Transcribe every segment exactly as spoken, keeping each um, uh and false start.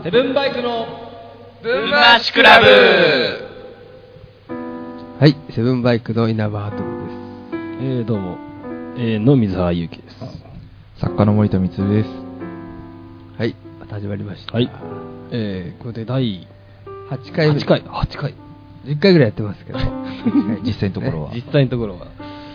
セブンバイクのブンマシクラブ。 はい、セブンバイクの稲葉ハトムです。 えー、どうも、えー、の水原ゆうきです。 作家の森田光です。 はい、また始まりました。 はい、えー、これでだいはちかいめ。 はちかい、はちかい。 じゅっかいぐらいやってますけど。 実際のところは。 実際のところは。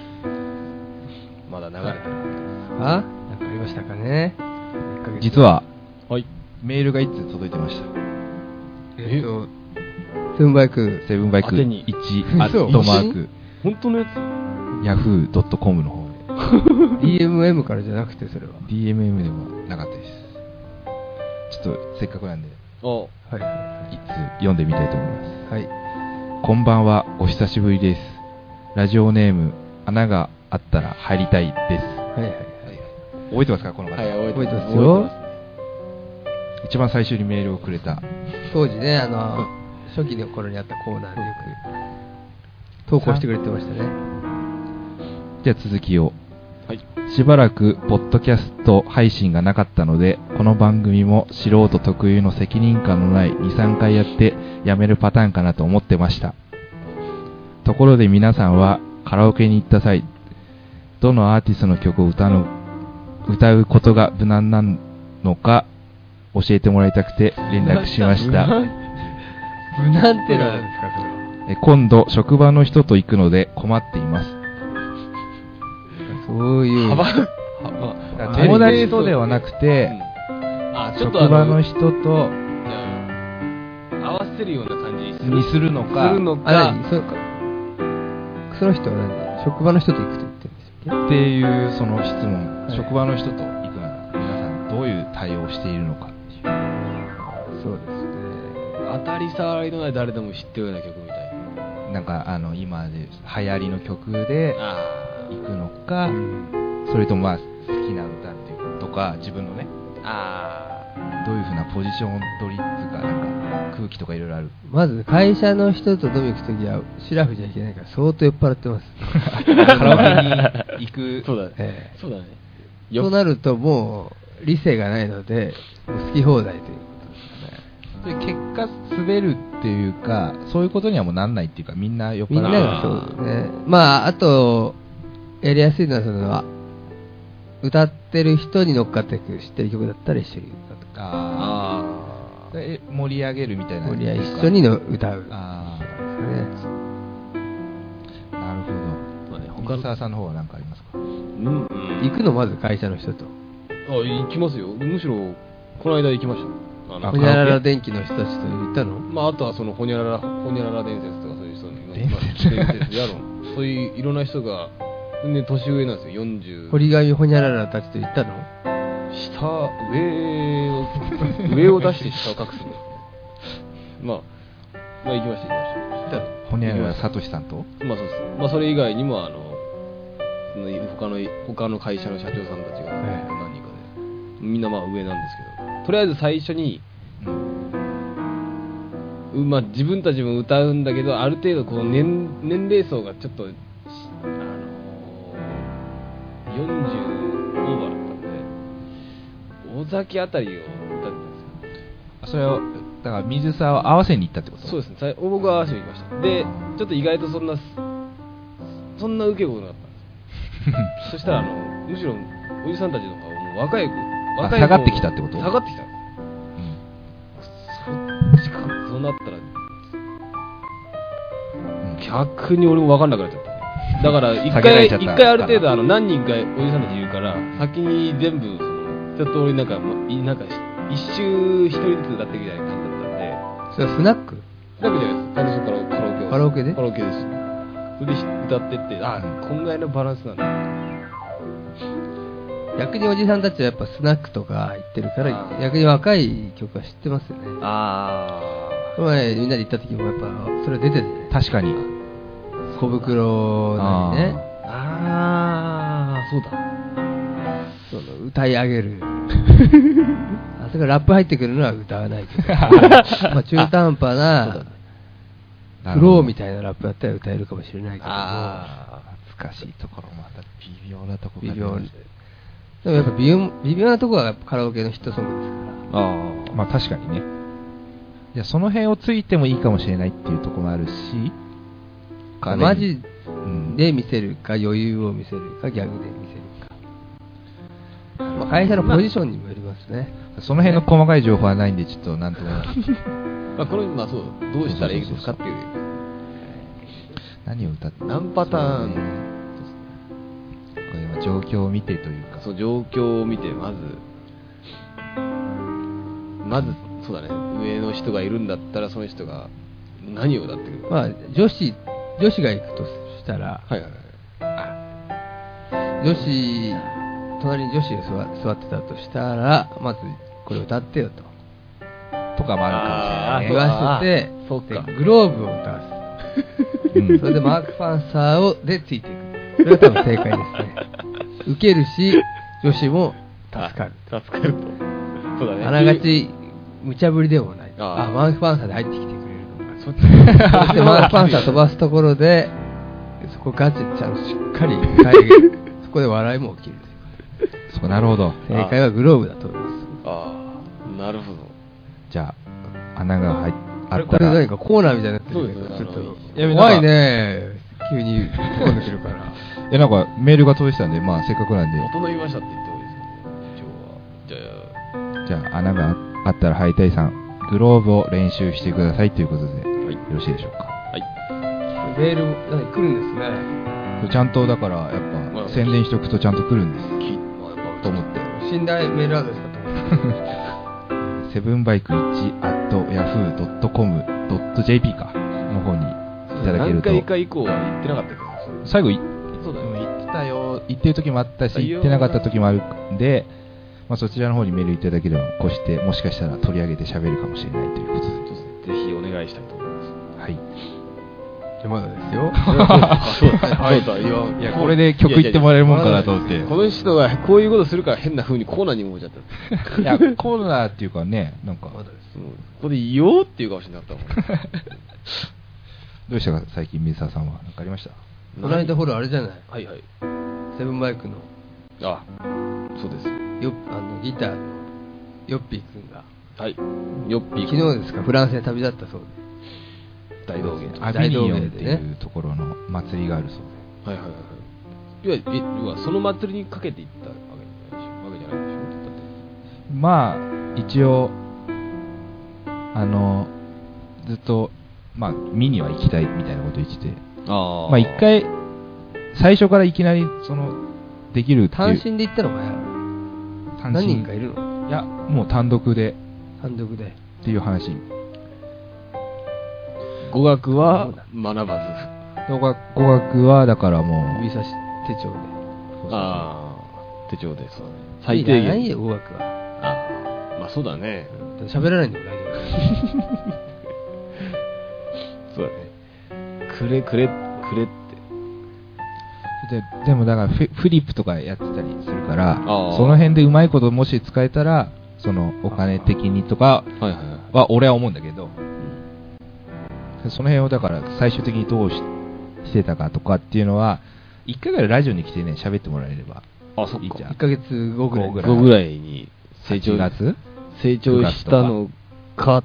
まだ流れてる。 あ、なんかありましたかね。 実は、 はい、 メールがいつ届いてました。 えっと、セブンバイク。 セブンバイク宛てにいちアットマーク本当のやつヤフードットコムの方で。 ディーエムエム からじゃなくてそれは。 ディーエムエム でもなかったです。ちょっとせっかくなんで、 おはいはいいつ読んでみたいと思います。 はい。 こんばんは、お久しぶりです。ラジオネーム、穴があったら入りたいです。 はいはいはい。 覚えてますか、この方。 はい、 覚えてますよ。 一番最初にメールをくれた。 当時ね、あの、初期の頃にあったコーナーでよく投稿してくれてましたね。 じゃあ続きを。 はい。 しばらくポッドキャスト配信がなかったので、この番組も素人特有の責任感のないに、さんかいやってやめるパターンかなと思ってました。ところで皆さんはカラオケに行った際、どのアーティストの曲を歌うの、歌うことが無難なのか教えてもらいたくて連絡しました。 無難ってのは何ですか、それは。 え今度職場の人と行くので困っています。 そういう幅友達とではなくて、 うん、あ、ちょっと職場の人とじゃあ合わせるような感じにするにするのか、 するのか、 あ、何そうか。その人は何職場の人と行くと言ってるんですよ。 っていうその質問、 はい、 職場の人と行くなら皆さんどういう対応をしているのかっていう。 そうですね。 当たり障りのない誰でも知ってるような曲みたいな。 なんかあの今で流行りの曲であ行くのか、 うん、 それともまあ好きな歌っていうとか自分のね、 あどういう風なポジション取りっていうか、なんか空気とかいろいろある。 まず会社の人と飲み行くときはシラフじゃいけないから相当酔っ払ってます。 カラオケに行く。 そうだね、 ええ、 そうだね。 そうなるともう理性がないのでもう好き放題ということですね。 で結果滑るっていうか、そういうことにはもうなんないっていうか、みんな酔っ払う。 みんながそうですね。まああとやりやすいのはその歌ってる人に乗っかっていく、知ってる曲だったら一緒に歌うとか、 ああ、え盛り上げるみたいな。 盛り上げ一緒にの歌う。 ああ、 ね、 なるほど。 まあね、 他の沢さんの方は何かありますか。 うん、 行くのまず会社の人と。 あ、行きますよ。むしろこの間行きました。あのほにゃらら電気の人たちと行ったの？ まああとはそのほにゃららほにゃらら伝説とかそういう人に伝説伝説やろう。そういういろんな人が全然年上なんですよ。よんじゅう。 堀上ほにゃららたちと行ったの？ 下上を上を出して下を隠すの。まあまあ行きました行きました。 ほにゃららさとしさんと。 まあそうです。まあそれ以外にもあのその他の他の会社の社長さんたちが何人かで、みんなまあ上なんですけど、とりあえず最初に、うん、まあ自分たちも歌うんだけど、ある程度こう 年, 年齢層がちょっとあのー、よんじゅうオーバーだったんで、尾崎あたりを歌ってたんですよ。 それをだから水沢を合わせに行ったってこと。 そうですね。僕は合わせに行きました。で、ちょっと意外とそんなそんな受けことなかったんです。そしたらあのむしろおじさんたちの顔も若い子、若い子下がってきたってこと。 下がってきた。そうなったら、うん、逆に俺も分かんなくなっちゃった。だから一回一回ある程度あの何人かおじさんたちいるから先に全部そのちょっと俺なんかなんか一周一人ずつ歌ってみたいな感じだったんで。 それはスナック？ スナックじゃないです。最初からカラオケ。 カラオケで？ カラオケです。それで歌ってって、あ、こんぐらいのバランスなんだ。 逆におじさんたちはやっぱスナックとか行ってるから逆に若い曲は知ってますよね。 ああ。 この前みんなで行った時もやっぱそれ出ててね。 確かに。 小袋なりね。 ああ、そうだ。 その歌い上げる。あそこからラップ入ってくるのは歌わないけど。まあ中途半端なフローみたいなラップだったら歌えるかもしれないけども。 ああ、難しいところまた微妙なところが。 微妙。でもやっぱ微妙、微妙なところがカラオケのヒットソングですから。 ああ、まあ確かにね。 じゃあその辺をついてもいいかもしれないっていうところもあるし、 マジで見せるか、余裕を見せるか、逆で見せるか、まあ、会社のポジションにもよりますね。 その辺の細かい情報はないんでちょっとなんともまあこのまあそうどうしたらいいですかっていう、 何を歌って何パターン、 これは状況を見てというか、 そう状況を見てまずまずそうだね、上の人がいるんだったらその人が何を歌ってくるか、 まあ女子女子が行くとしたら、 はいはいはい、女子隣に女子が座、座ってたとしたら、まずこれ歌ってよととかもあるかもしれない、 言わせて、 そうかでグローブを歌わす、うん、それでマーク・パンサーをでついていく、それが多分正解ですね。受けるし女子も助かる、 助かると、そうだね、 あながち無茶ぶりでもない、 ああマーク・パンサーで入ってきてくれるのか、そしてマーク・パンサー飛ばすところでそこガチでちゃんとしっかり再現そこで笑いも起きる。 そう、なるほど。 正解はグローブだと思います。 ああ、なるほど。 じゃあ穴が入っあったら、 これ何かコーナーみたいになってるけど、ちょっと怖いね、急に突っ込んでくるから。 いやなんかメールが届いてたんで、まあせっかくなんで。 整いましたって言ってもいいですか、今日は。 じゃあ、じゃあ穴があったらハイタイさん、グローブを練習してくださいということで、はい、よろしいでしょうか。 はい。 メール何来るんですね。 ちゃんとだからやっぱ、まあ、宣伝しておくとちゃんと来るんです。と思って。 信頼メールアドレスだと思って。 セブンバイクいち アット ヤフー ドット コム ドット ジェーピー かの方にいただけると。 何回か以降は言ってなかったけど、 最後いそうだよ、 言ってたよ、言ってる時もあったし、言ってなかった時もあるんで、まあ、そちらの方にメールいただければ、こうしてもしかしたら取り上げて喋るかもしれないということで、 ぜひお願いしたいと思います。 はい。 じゃまだですよ。 はい。いや、これで曲言ってもらえるもんかなと思って。 この人がこういうことするから変な風にコーナーにも置いちゃった。 いや、コーナーっていうかね、なんか。まだです。 ここで言おうっていうかもしれなかったもん。 どうしたか、最近、水沢さんは。なんかありました？ この間ほら、あれじゃない。 はいはい。 セブンバイクの。 あ、そうです。 よあのギターのヨッピー君が。 はい。ヨッピー昨日ですか、フランスで旅立ったそうで。 大道芸アビニオンっていうところの祭りがあるそうで、はいはいはいはい。いや、要はその祭りにかけていったわけじゃないでしょ。わけじゃないでしょ。だってまあ一応あのずっとまあ見には行きたいみたいなこと言ってて、 あまあ一回最初からいきなりそのできるっていう単身で行ったのかよ。何人かいるの？ いやもう単独で単独でっていう話。 語学は学ばず。 語学語学はだからもう指差し手帳で。 ああ、手帳でそうだね。最低限。 ないよ語学は。 ああ、まあそうだね。 喋らないんでも大丈夫。 そうだね。くれくれくれって。 で, でもだからフフリップとかやってたりするから、その辺でうまいこともし使えたら、そのお金的にとかは俺は思うんだけど、その辺をだから最終的にどう し, してたかとかっていうのはいっかいぐらいラジオに来てね喋ってもらえればいいじゃん。 いっかげつごぐらいごぐらいに成長月成長したのか、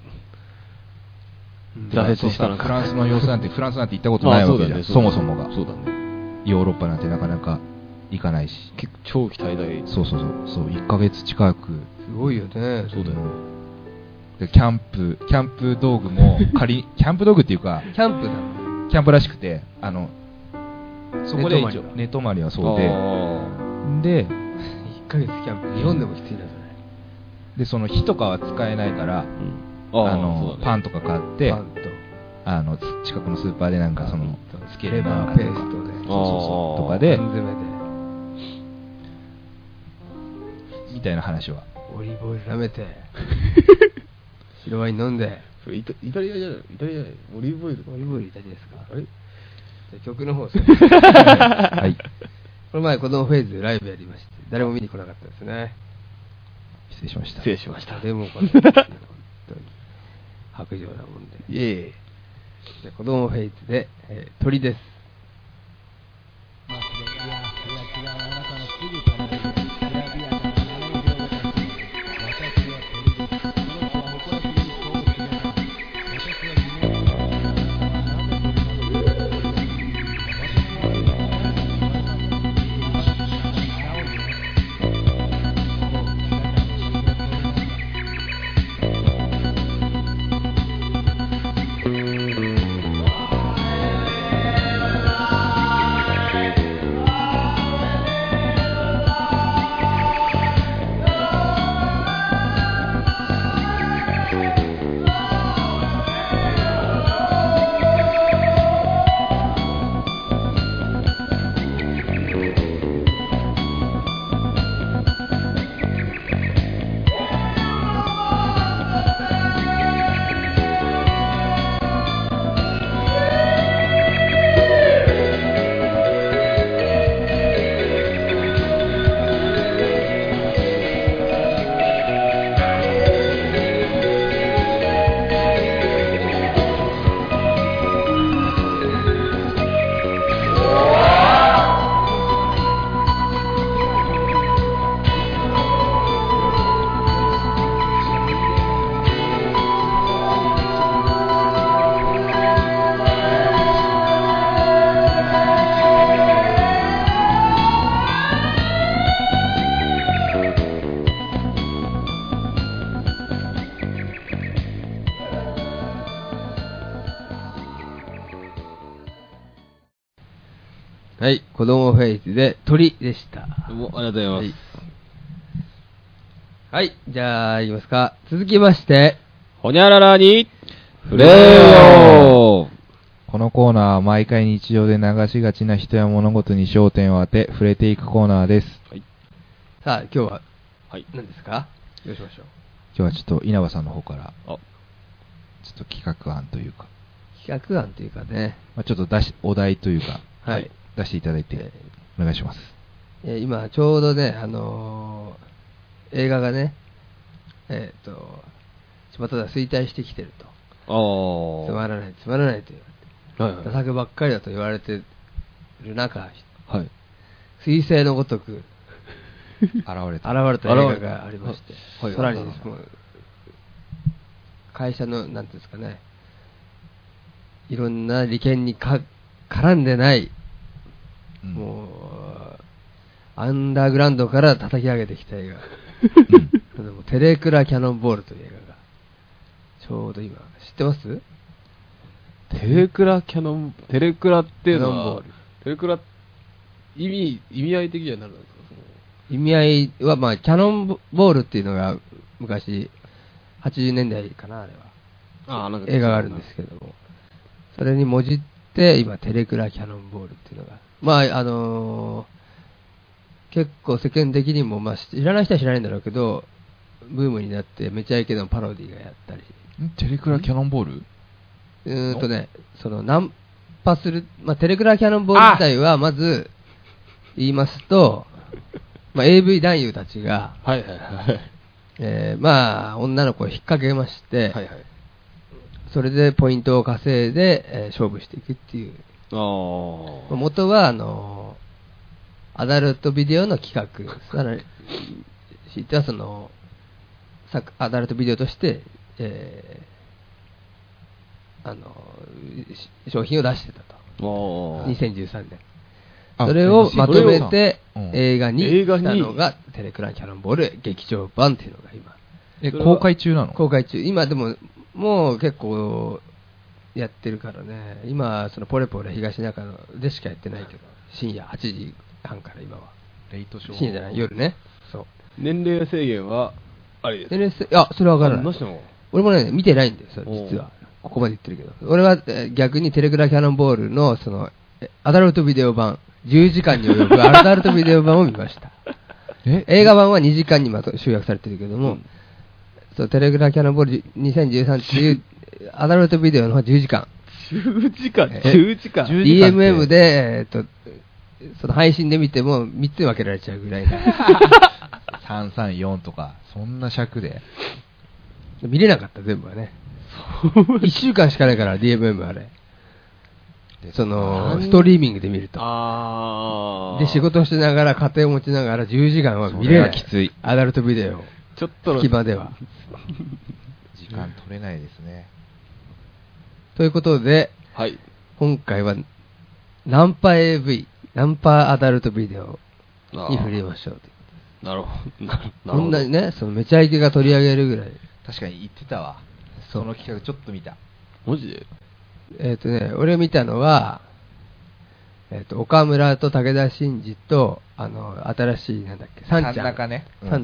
挫折したのか。フランスの様子なんてフランスなんて行ったことないわけじゃん。そもそもが。 そうだね。 ヨーロッパなんてなかなか行かないし。 結構長期滞在。 そうそうそうそういっかげつ近く。 すごいよね。 そうだよね。 でキャンプキャンプ道具も借りキャンプ道具っていうかキャンプなの。 キャンプらしくてあのそこで一応寝泊まりはそうででいっかげつキャンプ日本でもきついなそれでその火とかは使えないから、うん、あの、ね、パンとか買ってパンとあの近くのスーパーでなんかそのつければペーストでそうそうそうとかで詰めでみたいな話はオリーブオイル舐めて白ワイン飲んでイタ、イタリアじゃないイタリアじゃないオリーブオイルオリーブオイルイタリアですかあれじゃ曲の方ですはいこの前子供フェイズでライブやりまして誰も見に来なかったですね失礼しました失礼しましたでもこれ本当に白状なもんでイエーイ子供フェイズで、えー、鳥ですはい、子供フェイスで鳥でした。 どうもありがとうございます。 はい、はい、じゃあ、いきますか。続きまして、 ほにゃららに、触れよう。 このコーナーは毎回日常で流しがちな人や物事に焦点を当て、触れていくコーナーです。 はい、 さあ、今日は、はい、何ですか？どうしましょう。 今日はちょっと稲葉さんの方から、ちょっと企画案というか。 企画案というかね。 まあ、ちょっと出し、お題というか、 はい。 出していただいてお願いします。 えー、今ちょうどね、あのー、映画がね、えっ、ー、と巷では衰退してきてると、つまらないつまらないという、はいはい、ダ作ばっかりだと言われてる中、はい、彗星のごとく現れた現れた映画がありまして、はい、さらにですもう会社のなんていうんですかね、いろんな利権にか絡んでないうん、もうアンダーグラウンドから叩き上げてきた映画、うん、でもテレクラキャノンボールという映画がちょうど今、知ってます？ テレクラキャノンテレクラっていうのはテレクラ意味意味合い的には何なんですか？その意味合いは、まあ、キャノンボールっていうのが昔はちじゅうねんだいかな、あれはあなんか映画があるんですけども、それにもじって今テレクラキャノンボールっていうのが、まああのー、結構世間的にも、まあ、知らない人は知らないんだろうけどブームになってめちゃイケのパロディがやったり。 テレクラキャノンボールうーんとね、そのナンパする、まあ、テレクラキャノンボール自体はまず言いますと、まあ、エーブイ 男優たちが、 はいはいはい、 えー、まあ女の子を引っ掛けまして、はいはい、それでポイントを稼いで、えー、勝負していくっていう。あ元はあのアダルトビデオの企画、さらに知ってはそのアダルトビデオとして、えー、あの商品を出してたと。にせんじゅうさんねん。それをまとめて映画にしたのがテレクラキャノンボール劇場版っていうのが今。 え公開中なの？ 公開中。今でももう結構やってるからね。今そのポレポレ東中野でしかやってないけど、深夜はちじはんから今は。 レイトショー。 深夜じゃない、夜ね。そう。 年齢制限はありです。 年齢制、いやそれは分からない。俺もね見てないんだよ、それ実は。ここまで言ってるけど。俺は逆にテレクラキャノンボールのそのアダルトビデオ版じゅうじかんに及ぶアダルトビデオ版を見ました。え映画版はにじかんにまと集約されてるけども、うん、そうテレクラキャノンボールにせんじゅうさんっていうアダルトビデオの方はじゅうじかん。 じゅうじかん ?じゅうじかんディーエムエム で、えー、っと、その配信で見てもみっつに分けられちゃうぐらいな。 さんさんよんとか、そんな尺で。 見れなかった、全部はね。いっしゅうかんしかないから、ディーエムエム あれ。その、ストリーミングで見ると。あで、仕事しながら、家庭を持ちながらじゅうじかんは見れない。 きつい。 アダルトビデオ。 ちょっとの隙間では。 時間取れないですね。 ということで、 はい、 今回はナンパ エーブイ、ナンパアダルトビデオに触れましょうと。 なるほど。 こんなにね、そのめちゃイケが取り上げるぐらい。 確かに言ってたわ。その企画ちょっと見た。 マジで？ えっ、ー、とね、俺見たのは、えっ、ー、と岡村と武田真治とあの新しいなんだっけ、サンちゃん。 サン中ね。 サン、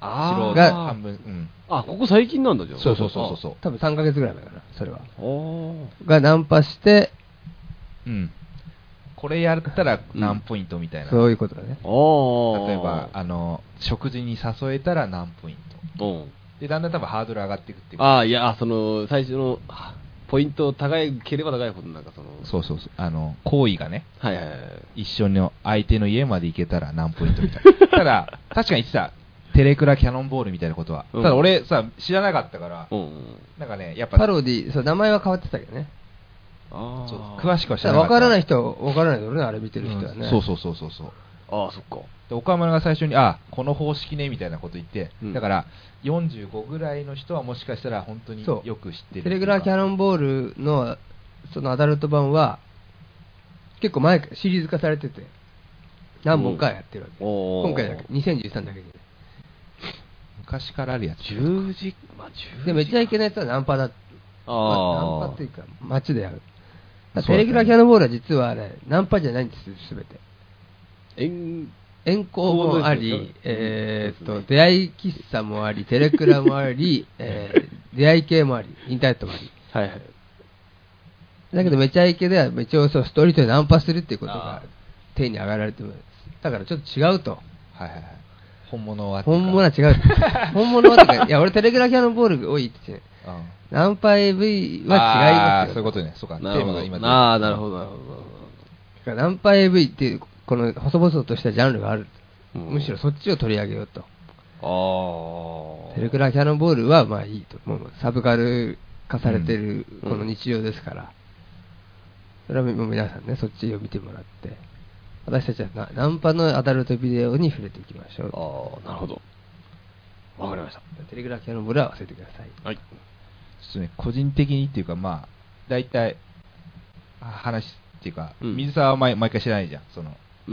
あ素人が半分、うん、 あ、ここ最近なんだじゃん。 そうそうそうそう。 多分さんかげつぐらい前かな、それは。 おがナンパして、 うん。これやったら何ポイントみたいな。 そういうことだね。 例えば、あの、食事に誘えたら何ポイント。うん。で、だんだん多分ハードル上がっていくっていう。 ああ、いや、その、最初の、ポイント高いければ高いほどなんかその。 そうそうそう。あの、行為がね。 はいはいはい。 一緒の相手の家まで行けたら何ポイントみたいな。ただ、確かに言ってた。テレクラキャノンボールみたいなことは。うん、ただ俺さ、知らなかったから、うん、なんかね、やっぱ。 パロディ、そう、名前は変わってたけどね。 あそう詳しくは知らなかった。 わからない人はわからないだろうね、あれ見てる人はね。 うん、そうそうそうそうそう。 ああ、そっか。 で岡村が最初に、あこの方式ねみたいなこと言って、うん、だからよんじゅうごぐらいの人はもしかしたら本当によく知ってる。 テレグラキャノンボールのそのアダルト版は結構前からシリーズ化されてて何本かやってるわけ。今回だけにせんじゅうさんだけに。 昔からあるやつ。 じゅうじ、まあ、じゅうじでめっちゃいけないやつはナンパだ。 ああ。 ナンパっていうか街でやる。テレグラキャノンボールは実はあれナンパじゃないんですよ、すべて。 遠遠行もあり、えー、っと出会い喫茶もあり、テレクラもあり、えー、出会い系もあり、インターネットもあり。 はいはい。 だけどめちゃイケでは一応そうストリートでナンパするっていうことが手に上がられてます。だからちょっと違うと。 はいはいはい。本物は本物は違う。本物はってか、いや俺テレグラキャノンボール多いって言って、ね、ナンパ エーブイ は違いますよ。 そういうことね。そうか。テーマが今ああ、なるほどなるほど。ナンパ エーブイ っていうこの細々としたジャンルがある、うん、むしろそっちを取り上げようと。 ああ。 テレクラキャノンボールはまあいいと。もうサブカル化されてるこの日常ですから、うん、それはもう皆さんねそっちを見てもらって、私たちはナンパのアダルトビデオに触れていきましょう。 ああ、なるほど。わかりました。 テレグラキャノンボールは忘れてください。 はい。ちょっとね個人的にっていうかまあ大体話っていうか、うん、水沢は 毎, 毎回知らないじゃんその。うん、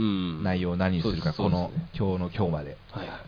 内容を何にするか、この、ね、今日の今日まで、はいはい、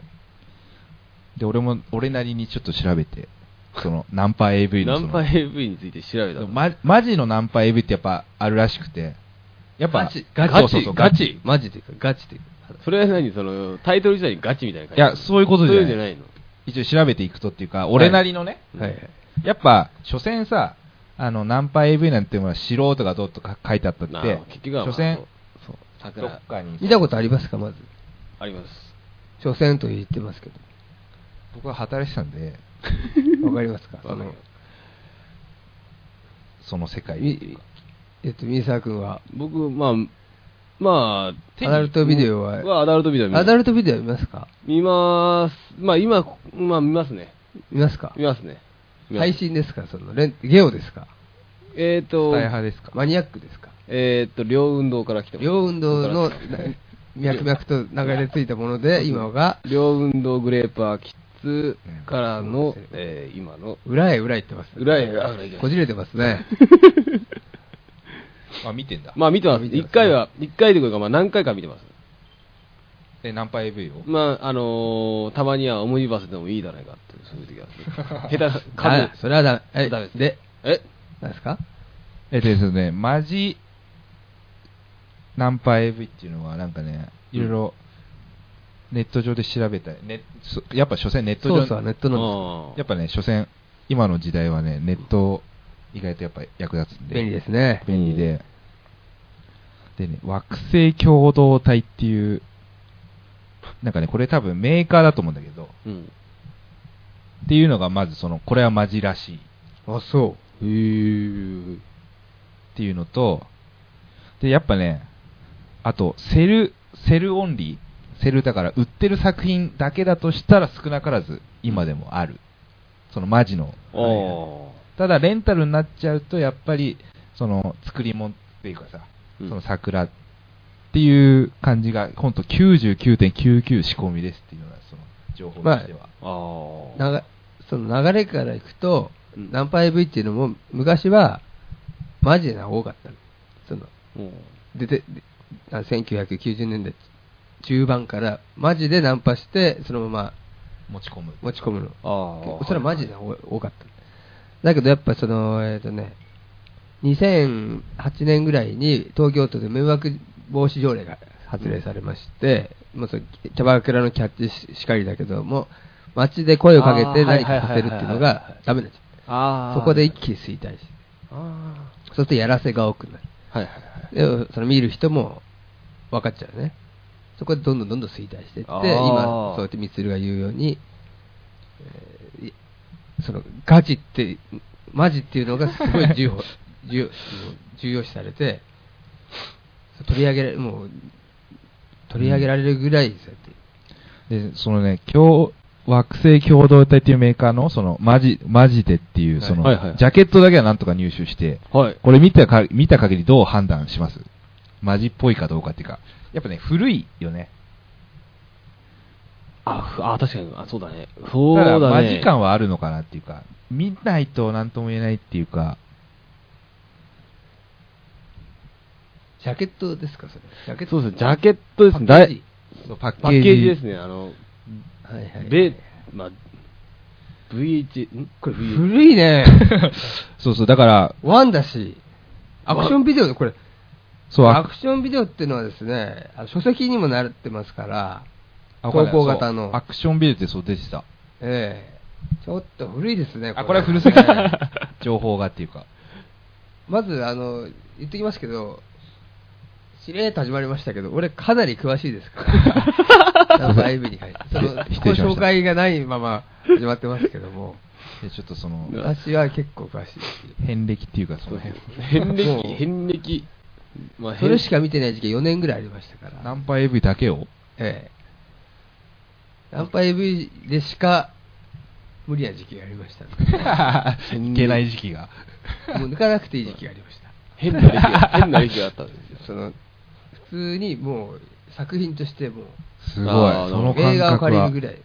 で俺も俺なりにちょっと調べてそのナンパ エーブイ のナンパ エーブイ について調べたの、 ま、マジのナンパ エーブイ ってやっぱあるらしくてやっぱガチガチそうそうそうガチマジでガチでそれは何そのタイトル自体にガチみたいな感じ。いやそういうことじゃない。 そういうじゃないの。 一応調べていくとっていうか俺なりのね、 はいはいはい、 やっぱ所詮さあのナンパ エーブイ なんていうのは素人がどうとか書いてあったって結局は、まあ、 所詮どっかに見たことありますかまず。 あります。 所詮と言ってますけど僕は働いてたんでわかりますかそのその世界。 えっと水沢君は僕まあまあアダルトビデオは、 はアダルトビデオ見ます。 アダルトビデオ見ますか。 見ます。まあ今まあ見ますね。 見ますか。 見ますね。 配信ですかそのレンゲオですか。 えっ、ー、とスタイ派ですか。 マニアックですか。 えっ、ー、と両運動から来てます。 両運動の脈々と流れ着いたもので今が両運動グレーパーキッズからの、えー、今の裏へ裏へ行ってます。 裏へ裏へこじれてますね。 まあ見てんだ。 まあ見てます。一回は一回でこれかまあ何回か見てます。 えナンパ エーブイ を。 まああのー、たまにはオムニバスでもいいじゃないかってそういう時は。下手かそれはだめ。 ダメです。 でえ何ですか。 えっとですねマジナンパ エーブイ っていうのはなんかねいろいろネット上で調べたい、ね、やっぱ所詮ネット上そうそうネットのやっぱね所詮今の時代はねネット意外とやっぱ役立つんで便利ですね。 便利ででね惑星共同体っていうなんかねこれ多分メーカーだと思うんだけど、うん、っていうのがまずそのこれはマジらしい。 あそうへーっていうのとでやっぱねあとセルセルオンリーセルだから売ってる作品だけだとしたら少なからず今でもあるそのマジの、はい、ただレンタルになっちゃうとやっぱりその作り物っていうかさ、うん、その桜っていう感じがほんと きゅうじゅうきゅうてんきゅうきゅう 仕込みですっていうのがその情報としては、 まあ、あなその流れからいくと、うん、ナンパ エーブイ っていうのも昔はマジな多かったのその、うん、ででせんきゅうひゃくきゅうじゅうねんだい中盤からマジでナンパしてそのまま持ち込む持ち込むのあそれはマジで多かっただけどやっぱそのえっ、ー、とねにせんはちねんぐらいに東京都で迷惑防止条例が発令されまして、うん、もうそれキャバクラのキャッチしかりだけども街で声をかけて何かさせるっていうのがダメなんですよ。そこで一気に衰退して、そうするとやらせが多くなる。はいはいはい、でその見る人も分かっちゃうね。そこでどんどんどんどん衰退していって、今そうやってみつるが言うように、えー、そのガチってマジっていうのがすごい重要重要重要視されて、取り上げられもう取り上げられるぐらいですよって、 うん、でそのね今日惑星共同体っていうメーカーのそのマジマジでっていうその、はいはいはい、ジャケットだけはなんとか入手して、はい、これ見たか見た限りどう判断します？マジっぽいかどうかっていうか、やっぱね古いよね。 ああ確かにあそうだね。そうだね。 マジ感はあるのかなっていうか、見ないとなんとも言えないっていうか。 ジャケットですかそれ？ ジャケットそうですジャケットですね。パッケージ。パッケージですね。あの。はいはい、で、まあ、ブイエイチ、んこれ古いね。 そうそう、だから、 ワンだし、アクションビデオでこれ、そう、アクションビデオっていうのはですね、書籍にもなってますから、投稿型の。 アクションビデオってそう出てた。 ええー、ちょっと古いですね、 これ。あ、これは古すぎ情報がっていうか。 まず、あの、言ってきますけど、しれーと始まりましたけど、俺かなり詳しいですから。ナンバーエブに書いて。その、紹介がないまま始まってますけども。 ちょっとその、 私は結構詳しいです。 遍歴っていうか、その辺。 遍歴、遍歴。 まあ、それしか見てない時期よねんぐらいありましたから。 ナンパ エーブイ だけをええ。ナンパ エーブイ でしか無理な時期がありました、 ね。いけない時期が。 もう抜かなくていい時期がありました。 変な歴が、変な歴があったんですよ。 その普通にもう作品としてもうすごいその感覚は映画を借りるぐらい、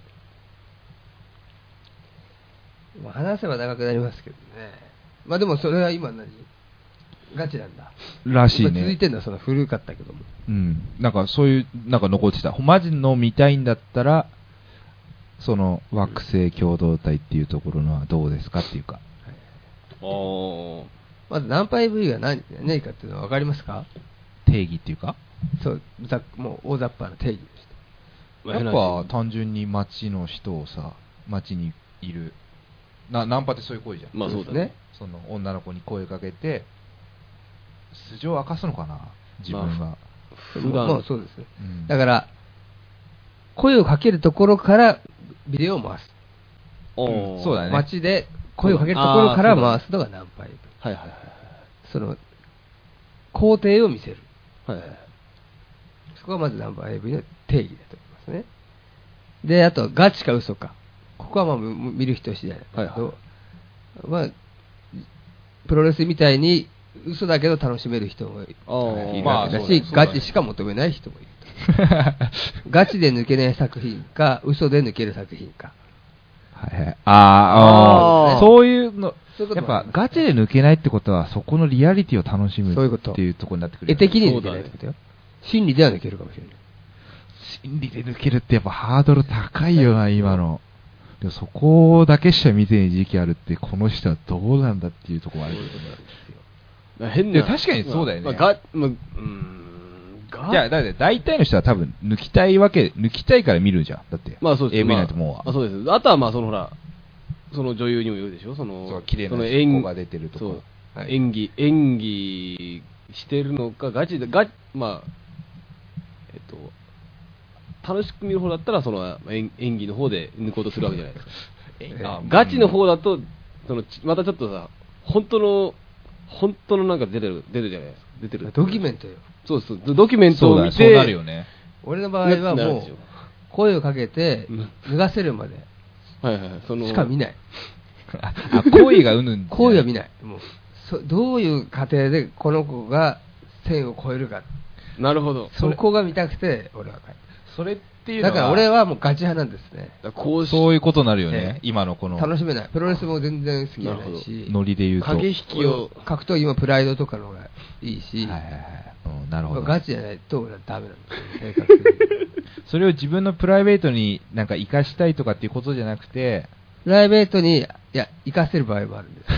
まあ、話せば長くなりますけどね。まあでもそれは今何ガチなんだらしいね。 続いてんだその古かったけども。 うんなんかそういうなんか残ってた。マジの見たいんだったらその惑星共同体っていうところのはどうですかっていうか。 はい、おまずナンパ エーブイ が 何, 何かっていうのは分かりますか？ 定義っていうかそうざもう大雑把な定義でした。やっぱ単純に街の人をさ街にいるなナンパってそういう行為じゃん。 まあそうだね。 その女の子に声かけて素性を明かすのかな自分が、まあ、 普段まあそうですね、うん、だから声をかけるところからビデオを回す。 おそうだね。 街で声をかけるところから回すのがナンパ エーブイ。 はいはいはい。 その工程を見せる。 はいはい、 そこがまずナンバー エーブイ の定義だと思いますね。で、あとガチか嘘か。ここはまあ見る人次第だけど、はいはい、まあプロレスみたいに嘘だけど楽しめる人もいるわけだし、まあね、ガチしか求めない人もいると。ガチで抜けない作品か、嘘で抜ける作品か。 はいはい、ああ、そういうの。やっぱガチで抜けないってことはそこのリアリティを楽しむっていうところになってくる。 絵的に抜けないってことよ。心理では抜けるかもしれない。 心理で抜けるってやっぱハードル高いよな今の。でもそこだけしか見てない時期あるってこの人はどうなんだっていうところもあるけどね。変な確かにそうだよね。まあがまあ、うーんがいやだって大体の人は多分抜きたいわけ抜きたいから見るじゃんだって。 まあそうです。 エーブイ なんてもう、 まあ、そうです。あとはまあそのほら。その女優にもよるでしょ。そのそう綺麗な子が出てるとか、そう、 はい、演技演技してるのかガチでガチまあえっと楽しく見る方だったらその演演技の方で抜こうとするわけじゃないですか。えあガチの方だとそのまたちょっとさ本当の本当のなんか出てる出てるじゃないですか。出てるドキュメントよ。 そうそうドキュメントを見てそうなるよね。 俺の場合はもう声をかけて脱がせるまで。 はいはい、そのしか見ない。 あ、行為がうぬん。 行為は見ない。もうそどういう過程でこの子が線を越えるか。 なるほど。 そこが見たくて俺は書いて。 それっていうのはだから俺はもうガチ派なんですね。 こうそういうことになるよね。えー、今のこの楽しめない。プロレスも全然好きじゃないし。 ノリで言うと。 駆け引きを格闘技もプライドとかの方がいいし。 はいはいはい。うん、なるほど。 ガチじゃないと俺はダメなんですよ。性格それを自分のプライベートになんか活かしたいとかっていうことじゃなくて、 プライベートにいや活かせる場合もあるんです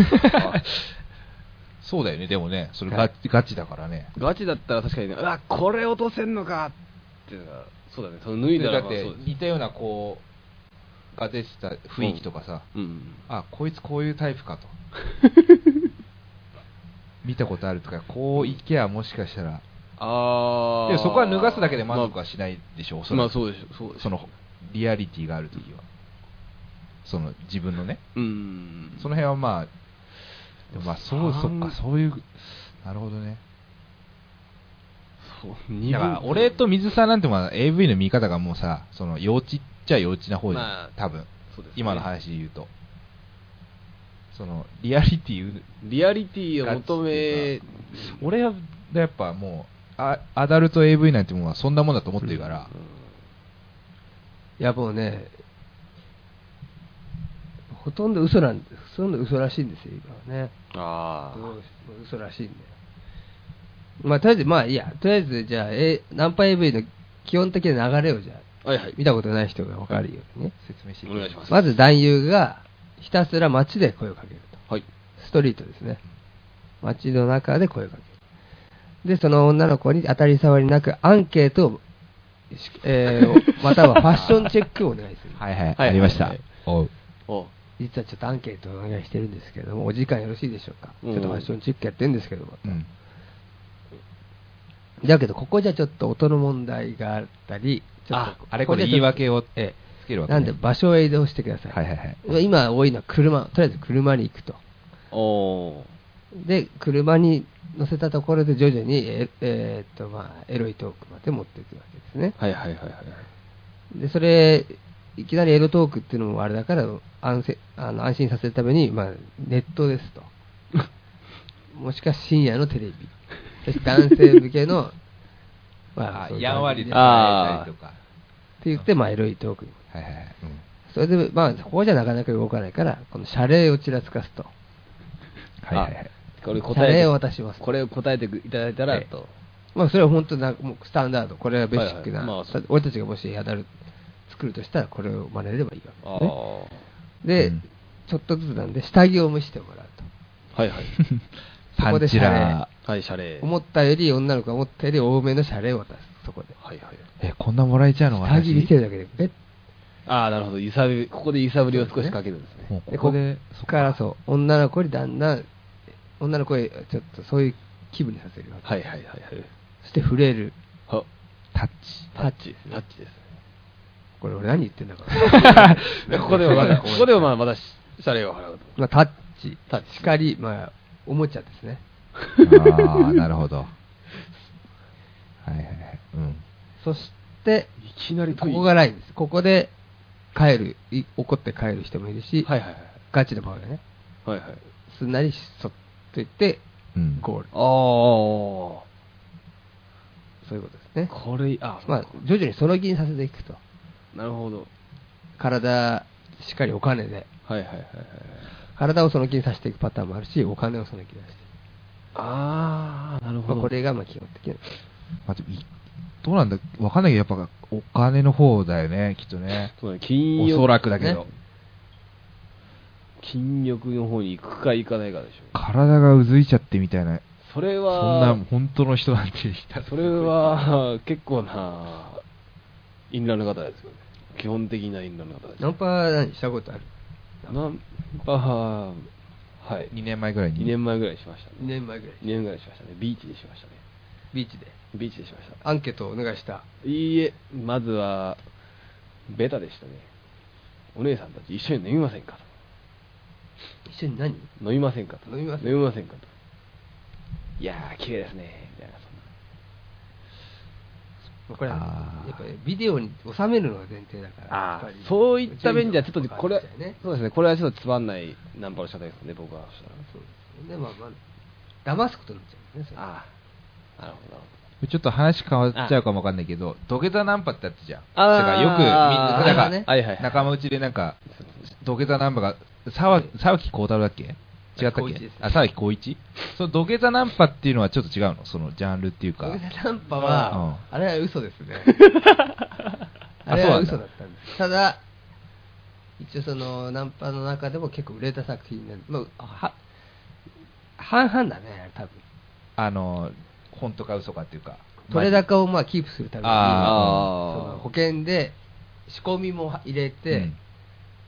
そうだよね。でもね、それガチ、はい、ガチだからね。 ガチだったら確かにね、うわこれ落とせんのかっていうのがそうだね。その脱いだらだって似たようなこうが出てた雰囲気とかさ、 うんうん、 あ、こいつこういうタイプかと見たことあるとか、こういけばもしかしたら、 あでもそこは脱がすだけで満足はしないでしょ、 まあ、まあそうでしょ、そうでしょ、 そのリアリティがあるときは、その自分のね、 うん、 その辺はまあ、でもまあそうそっか、そういう、なるほどね。だから俺と水さんなんてまあ エーブイ の見方がもうさ、その幼稚っちゃ幼稚な方じゃん、まあ、多分そうです、ね、今の話で言うと、そのリアリティリアリティを求め、 俺はやっぱもうア、アダルト エーブイ なんてものはそんなもんだと思ってるから、うんうん、 いやもうね、ほとんど嘘なんです、ほとんど嘘らしいんですよ、今はね。 ああ。 嘘らしいんだよ。まあ、とりあえず、まあいいや、とりあえず、じゃあ、えナンパ エーブイ の基本的な流れをじゃあ、 はいはい、 見たことない人が分かるようにね、 説明してお願いします。 まず男優がひたすら街で声をかけると。 はい。 ストリートですね。街の中で声をかける。で、その女の子に当たり障りなくアンケートを、えー、またはファッションチェックをお願いする。 はいはい、ありました。はいはい、おうおう実はちょっとアンケートをお願いしてるんですけれども、お時間よろしいでしょうか。うん、ちょっとファッションチェックやってるんですけども。うんだけど、ここじゃちょっと音の問題があったり、ちょっとあれこれ言い訳をつけるわけ、ね、 なんで場所へ移動してください。 はいはいはい、 今多いのは車、とりあえず車に行くと。 おで、車に乗せたところで徐々にえ、えー、っとまあ、エロいトークまで持っていくわけですね。 はいはいはいはい。 で、それ、いきなりエロトークっていうのもあれだから、安心、あの安心させるために、まあ、ネットですと。もしくは深夜のテレビ。そして男性向けの、 まあ、やんわりであとかって言って、まあ、エロいトークに、 はいはいはい、うん、 それで、まあ、ここじゃなかなか動かないから、この謝礼をちらつかすと、 はいはいはい、これ答え謝礼を渡します、 これを答えていただいたら、はい、と、 まあ、それは本当な、もうスタンダード、これはベーシックな、はいはいまあ、俺たちがもしやだる作るとしたら、これを真似ればいいわけですね。で、うん、ちょっとずつなんで、下着を蒸してもらうと。 はいはい。 そこで謝礼、 はい、謝礼。 思ったより、女の子が思ったより多めの謝礼を渡す、そこで。 はいはい。 え、こんなもらえちゃうの下着見せるだけで、えああ、なるほど。揺さぶり、ここで揺さぶりを少しかけるんですね。 で、ここで、そこからそう、女の子にだんだん、女の子へちょっとそういう気分にさせるわけ。 はいはいはいはい。 そして触れる。 はタッチ。 タッチですね。タッチですね。 これ俺何言ってんだから。 ここでもまだ、ここでもまあまだ謝礼を払うと。 まあ、タッチ、タッチ、光、まあ、おもちゃですね。 ああ、なるほど。はいはいはい。うん。 そして、 いきなりここがラインです。ここで帰る、怒って帰る人もいるし、 はいはいはい、 ガチの場合はね。 はいはい。 すんなりそっといって、うん、ゴール。 ああ。 そういうことですね。 これ、あ、 まあ、徐々にその気にさせていくと。 なるほど。 体、しっかりお金で。 はいはいはいはい。 体をその気にさせていくパターンもあるし、お金をその気にさせていく。 ああ、なるほど。 まあ、これがまあ基本的な。 まあ、どうなんだ、わかんないけど、やっぱお金の方だよね、きっとね。 そうだね、金欲。 おそらくだけど。 ね、金欲の方に行くか行かないかでしょ。 体がうずいちゃってみたいな。 それは、 そんな本当の人なんていた。 それは、結構な、淫乱の方ですよね。基本的な淫乱の方です。 ナンパ何したことある？ ナンパは、はい。 にねんまえぐらいに。 にねんまえぐらいしましたね。 にねんまえぐらい。 にねんぐらいしましたね。ビーチでしましたね。 ビーチでビーチでしました。 アンケートをお願いした？ いいえ、まずは、ベタでしたね。お姉さんたち一緒に飲みませんかと。 一緒に何？ 飲みませんかと。 飲みませんか？ 飲みませんかと。いやー、綺麗ですね。みたいな、そんな。 これはやっぱりビデオに収めるのが前提だから、 あそういった面ではちょっとこれ、ね、そうですね、これはちょっとつまんないナンパの仕方ですね、僕はしたら。 そうですね、まあまあ、騙すことになっちゃうんですね、 ああ、なるほど、なるほど。 ちょっと話変わっちゃうかもわかんないけど、土下座ナンパってやつじゃん。 あだからよくみんな、なんか、 ね、はいはい、 仲間内でなんか、土下座ナンパが、沢木幸太郎だっけ違ったっけ、ね、あ、沢木浩一その土下座ナンパっていうのはちょっと違うのそのジャンルっていうか。 土下座ナンパは、うん、あれは嘘ですね。あれは嘘だったんです。ただ、一応そのナンパの中でも結構売れた作品なんで、まあ、は半々だね、多分。 あの、本当か嘘かっていうか。 取れ高をまあキープするために、 あその保険で仕込みも入れて、うん、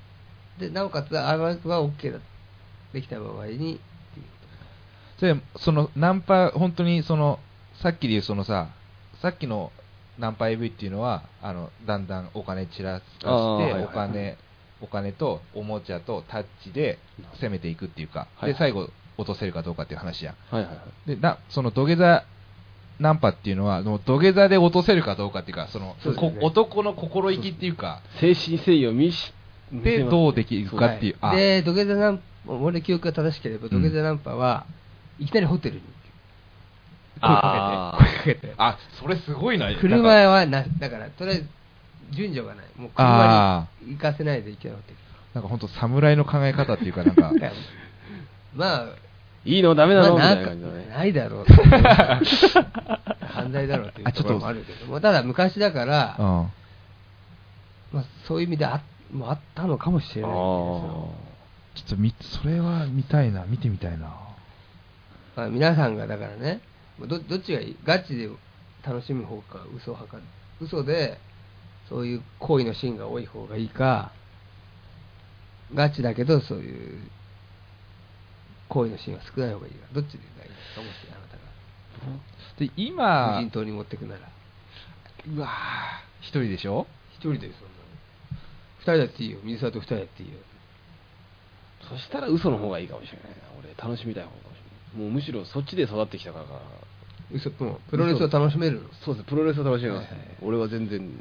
でなおかつアーバイクは OK だできた場合にっていうそれそのナンパ本当にそのさっきで言うそのささっきのナンパ エーブイ っていうのはあのだんだんお金散らして、はいはい、お金お金とおもちゃとタッチで攻めていくっていうか、はいはい、で最後落とせるかどうかっていう話やん、はいはいはい、でなその土下座ナンパっていうのは土下座で落とせるかどうかっていうかそのそ、ね、男の心意気っていうか精神誠意を見してどうできるかっていう、 はい、で土下座ナンパ俺の記憶が正しければ土下座ナンパは、うん、いきなりホテルに声かけて声かけてあそれすごいな車はなだからとりあえず順序がないもう車に行かせないでいけないホテルなんか本当侍の考え方っていうかなんかまあいいのダメなの、 まあ、 みたいな感じだねないだろう犯罪だろうっていうところもあるけどもただ昔だから、うんまあ、そういう意味で あ, もあったのかもしれないんですよちょっとみそれは見たいな見てみたいな、 まあ、皆さんがだからね ど, どっちがいいガチで楽しむ方か嘘派か嘘でそういう行為のシーンが多い方がいいかガチだけどそういう行為のシーンは少ない方がいいかどっちでがいいですかもしあなたがで今無人島に持ってくならうわ一人でしょ一人でそんな二人だっていいよ水沢と二人だっていいよそしたら嘘の方がいいかもしれないな俺楽しみたい方かもしれないもうむしろそっちで育ってきたから嘘もプロレスを楽しめるのそうですプロレスを楽しめます、はいはい、俺は全然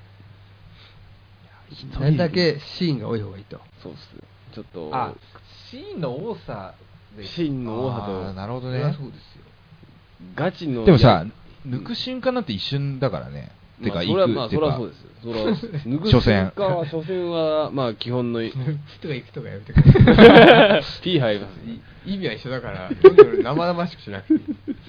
何だけシーンが多い方がいいとそうですちょっとあシーンの多さでシーンの多さとなるほどねそうですよガチのでもさ抜く瞬間なんて一瞬だからね、まあ、てか行くまあそれはそうですよそれは抜く瞬間は所詮はまあ基本の抜くとか行くとかやめてください P 入ります意味は一緒だから生々しくしなくてい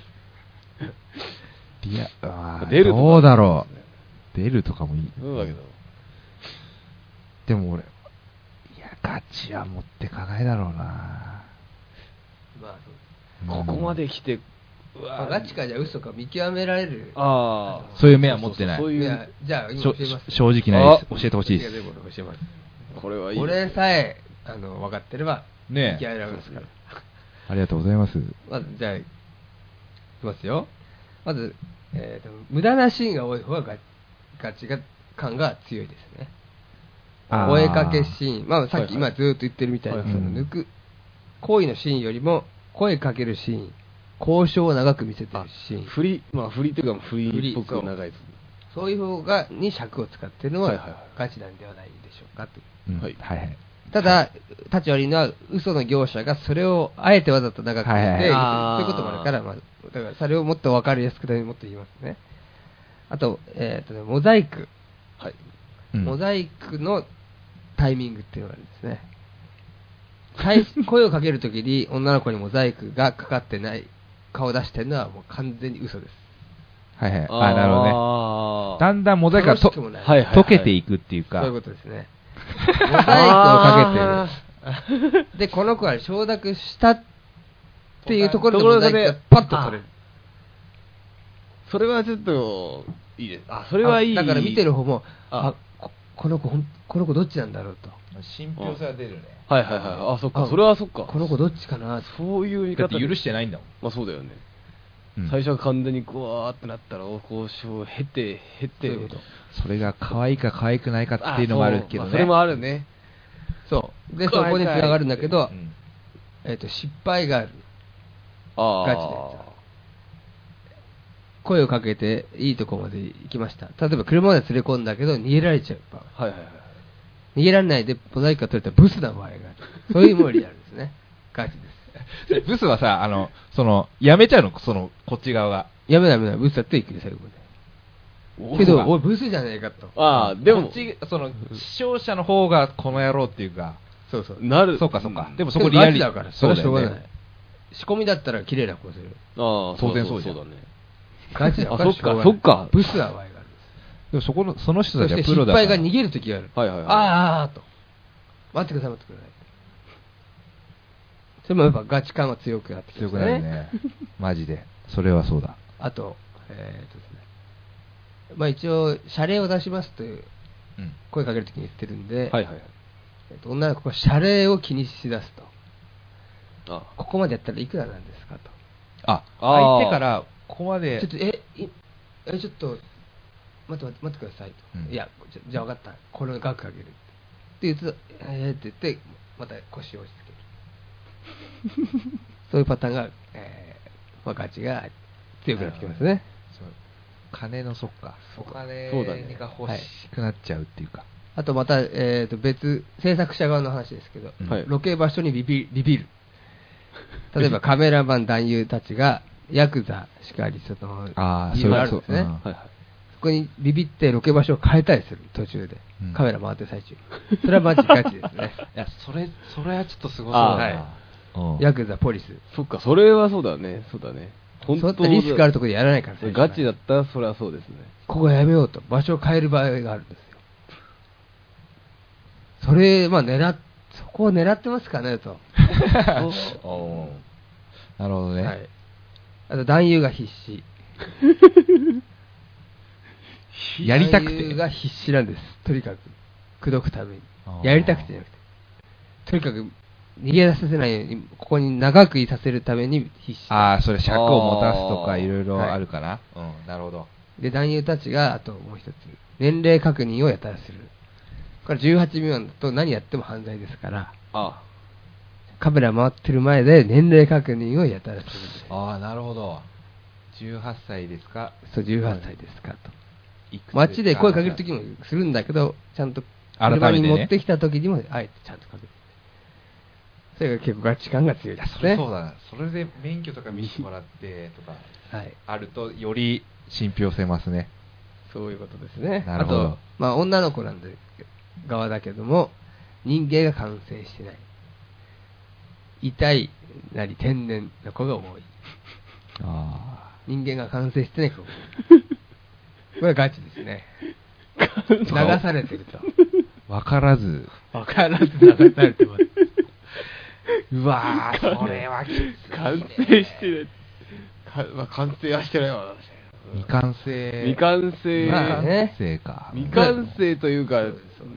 いいやあ出るどうだろう出るとかもいいそうだけどでも俺いやガチは持ってかないだろうなまあここまで来てうわ、まあ、ガチかじゃ嘘か見極められるああそういう目は持ってないそういうじゃあ今教えます正直ないです教えてほしいです教えますこれはいい俺さえあの分かってればね見極められますから、ね、 ありがとうございますまずじゃあいきますよまず、えーと、無駄なシーンが多い方がガチ、ガチが感が強いですね声かけシーン、まあ、さっき今ずっと言ってるみたいな、はいはい、その抜く行為のシーンよりも声かけるシーン交渉を長く見せてるシーン振り、まあ振りというか振りっぽく長いですそういう方がに尺を使ってるのはガチなんではないでしょうかと、 うん、はいはいはいただ立ち悪いのは嘘の業者がそれをあえてわざと長く見て、はいはい、そういうこともあるから、まあ、だからそれをもっと分かりやすくもっと言いますねあと、えーとね、モザイク、はいうん、モザイクのタイミングっていうのがあるんですね声をかけるときに女の子にモザイクがかかってない顔を出してるのはもう完全に嘘ですはいはいあなるほどねだんだんモザイクがと、はいはいはい、溶けていくっていうかそういうことですねモザイクをかけてるでこの子は承諾したっていうところでモザイクがパッと取れるそれはちょっといいですあそれはいいだから見てる方もあここの子この子どっちなんだろうと信憑性が出るねはいはいはいあそっかそれはそっかこの子どっちかなそういう言い方だって許してないんだもんまあそうだよね、うん、最初は完全にグワーってなったら交渉を経て経てそ, それが可愛いか可愛くないかっていうのもあるけどね そ,、まあ、 それもあるねそうでそこにつながるんだけど、うんえー、と失敗があるあガチで声をかけていいとこまで行きました例えば車まで連れ込んだけど逃げられちゃうはいはいはい逃げられないでモザイクが取れたらブスな場合があるそういうものにあるんですねガチですブスはさあのそのやめちゃうのそのこっち側がやめないやめないブスだっていくよ最後までけどおいブスじゃねえかとああでもこっちその視聴者の方がこの野郎っていうかそうそうなるそうかそうか、うん、 でもそこリアリだからそれはしょうがない、ね、仕込みだったら綺麗な子するああ当然そうじゃんそうだねガチだあそっかそっかブスな場合があるんですでもそこのその人たちはプロだから失敗が逃げるときがあるはいはいはいあああと待ってください待ってくださいそれもやっぱガチ感は強くなってきますね強くなるねマジでそれはそうだあとえー、っとですねまあ一応謝礼を出しますという声かけるときに言ってるんで、うんはいはいえっと、女の子が謝礼を気にしだすと。 あここまでやったらいくらなんですかと。 あ、 あー相手からここまでちょっと、え、いえ、ちょっと、待って待って待ってくださいと。 うんいや、じゃ、じゃあ分かった。これの額あげるって。って言うと、えーって言って、また腰を押し付ける。そういうパターンが、えー、まあ、ガチが強くなってきますね。 そう金のそっかお金そうだねが欲しくなっちゃうっていうか、 あとまた、えー、と別、制作者側の話ですけど、 うんはいロケ場所にビビビビる。例えばカメラマン男優たちが、ヤクザしかり、その、 ああいろいろあるんですね。 そうそううんはいはい。 そこにビビってロケ場所を変えたりする、途中で。 うんカメラ回ってる最中。それはマジガチですね。 いやそれそれはちょっとすごそうあだな、うんヤクザ、ポリス。 そっか、それはそうだね。そうだね。本そういったリスクあるところでやらないから、最初からガチだったらそれはそうですね。 ここはやめようと。場所を変える場合があるんですよ。それ、まあ狙っ、そこを狙ってますかね、と。 おーなるほどね、 はい。あと男優が必死。 やりたくて男優が必死なんです。とにかく。口説くためにあ。ーやりたくてじゃなくて。とにかく逃げ出させないように、ここに長くいさせるために必死。 ああそれ尺を持たすとかあーいろいろあるかな、うんなるほどで、男優たちが、あともう一つ、年齢確認をやたらする。これじゅうはち未満だと何やっても犯罪ですから、 あカメラ回ってる前で年齢確認をやたらするんです。 ああなるほどじゅうはっさいですかそう、じゅうはっさいですかと。 いくつすか街で声かけるときもするんだけど、ちゃんと改めてね車に持ってきたときにも、あえてちゃんとかける。それが結構ガチ感が強いですね。 それそうだなそれで免許とか見せてもらってとかはい。 あるとより信憑せますねそういうことですね。 なるほどあと、まあ女の子なんで、側だけども、人間が完成してない。痛いなり天然な子が多い。 あ人間が完成してない子が多い。これはガチですね。流されてると。 あ分からずわからず流されてます。 うわーそれはきつい、ね、 完成してない。かまあ、完成はしてないわ。 未完成未完成。 まあね未完成か未完成というか、 そうですそうです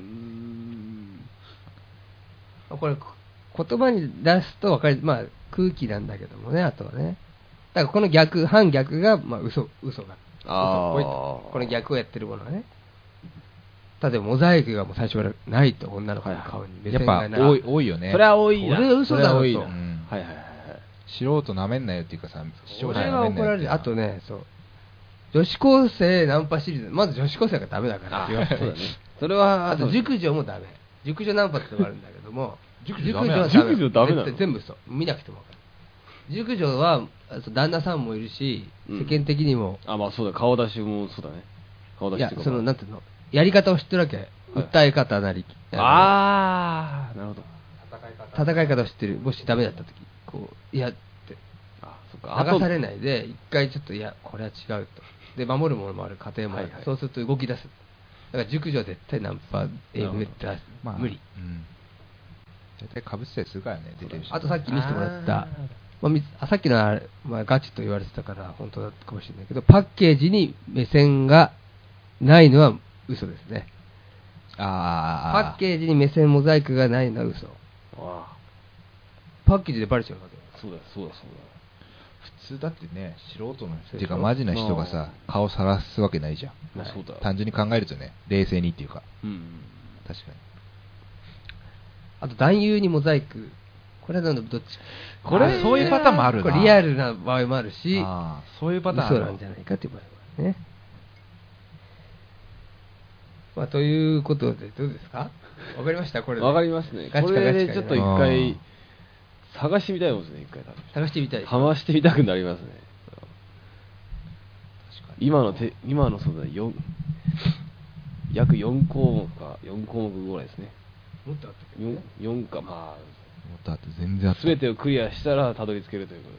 これ、言葉に出すと分かり、まあ空気なんだけどもね、あとはね。だからこの逆、反逆が、まあ嘘、嘘が。 あー嘘っぽいとこの逆をやってるものはね。例えばモザイクがもう最初からないと、女の子の顔に目やっ線がない。 ぱ多い多いよねそれは多いな。 これは嘘だろそれは多いな。 とうんはいはいはいはい。 素人なめんなよっていうかさ視聴これ者なめんなは怒られる。 よっていうかあとね、そう。女子高生ナンパシリーズ。まず女子高生がダメだから。 あ言わせてそうだね。それは、 あと熟女もダメ。熟女ナンパってのがあるんだけども、 熟女ダメなのは熟女ダメなの絶対全部そう。見なくても分かる。熟女はあそう旦那さんもいるし、 うん世間的にも、 あ、まあそうだ、顔出しもそうだね。顔出いしっていう、かやその、なんていうの、やり方を知ってるわけ。訴え方なり、 あー、なるほど。 戦い方を知ってる。もしダメだった時、こう、いやって、 あ、そっか。あと流されないで、一回ちょっと、いや、これは違うと。で、守るものもある、家庭もある。 はいはいそうすると動き出す。だから熟女は絶対ナンパ、エイムって出すまあ無理。 うん大体かぶせたりするからね出てる人あとさっき見せてもらったあー、 まあみあさっきのはあれ、まあ、ガチと言われてたから本当だったかもしれないけど、パッケージに目線がないのは嘘ですね。 ああパッケージに目線モザイクがないのは嘘。 あパッケージでバレちゃうわけ。 ーそうだ、そうだ、そう普通だってね素人のそうでしょっていうかマジな人がさ顔さらすわけないじゃんだ。まあそうだ。 単純に考えるとね冷静にっていうかうん。 確かにあと男優にモザイク。これはなんだどっちこれあそういうパターンもあるなこれリアルな場合もあるし、 あーそういうパターンある嘘なんじゃないかっていう場合もあるね。まあ、ということでどうですか？わかりましたこれで。 わかりますね。 ガチこかガチかれでちょっと一うん回、探してみたいもんですね、一回多分。 探してみたい。 探してみたくなりますね。 確かに今のて、今のそうだ、よん約よん項目か、よん項目ぐらいですね。 もっとあったけどね。 よん, か、まもっとあって全然ああ、 ったすべてをクリアしたらたどり着けるということ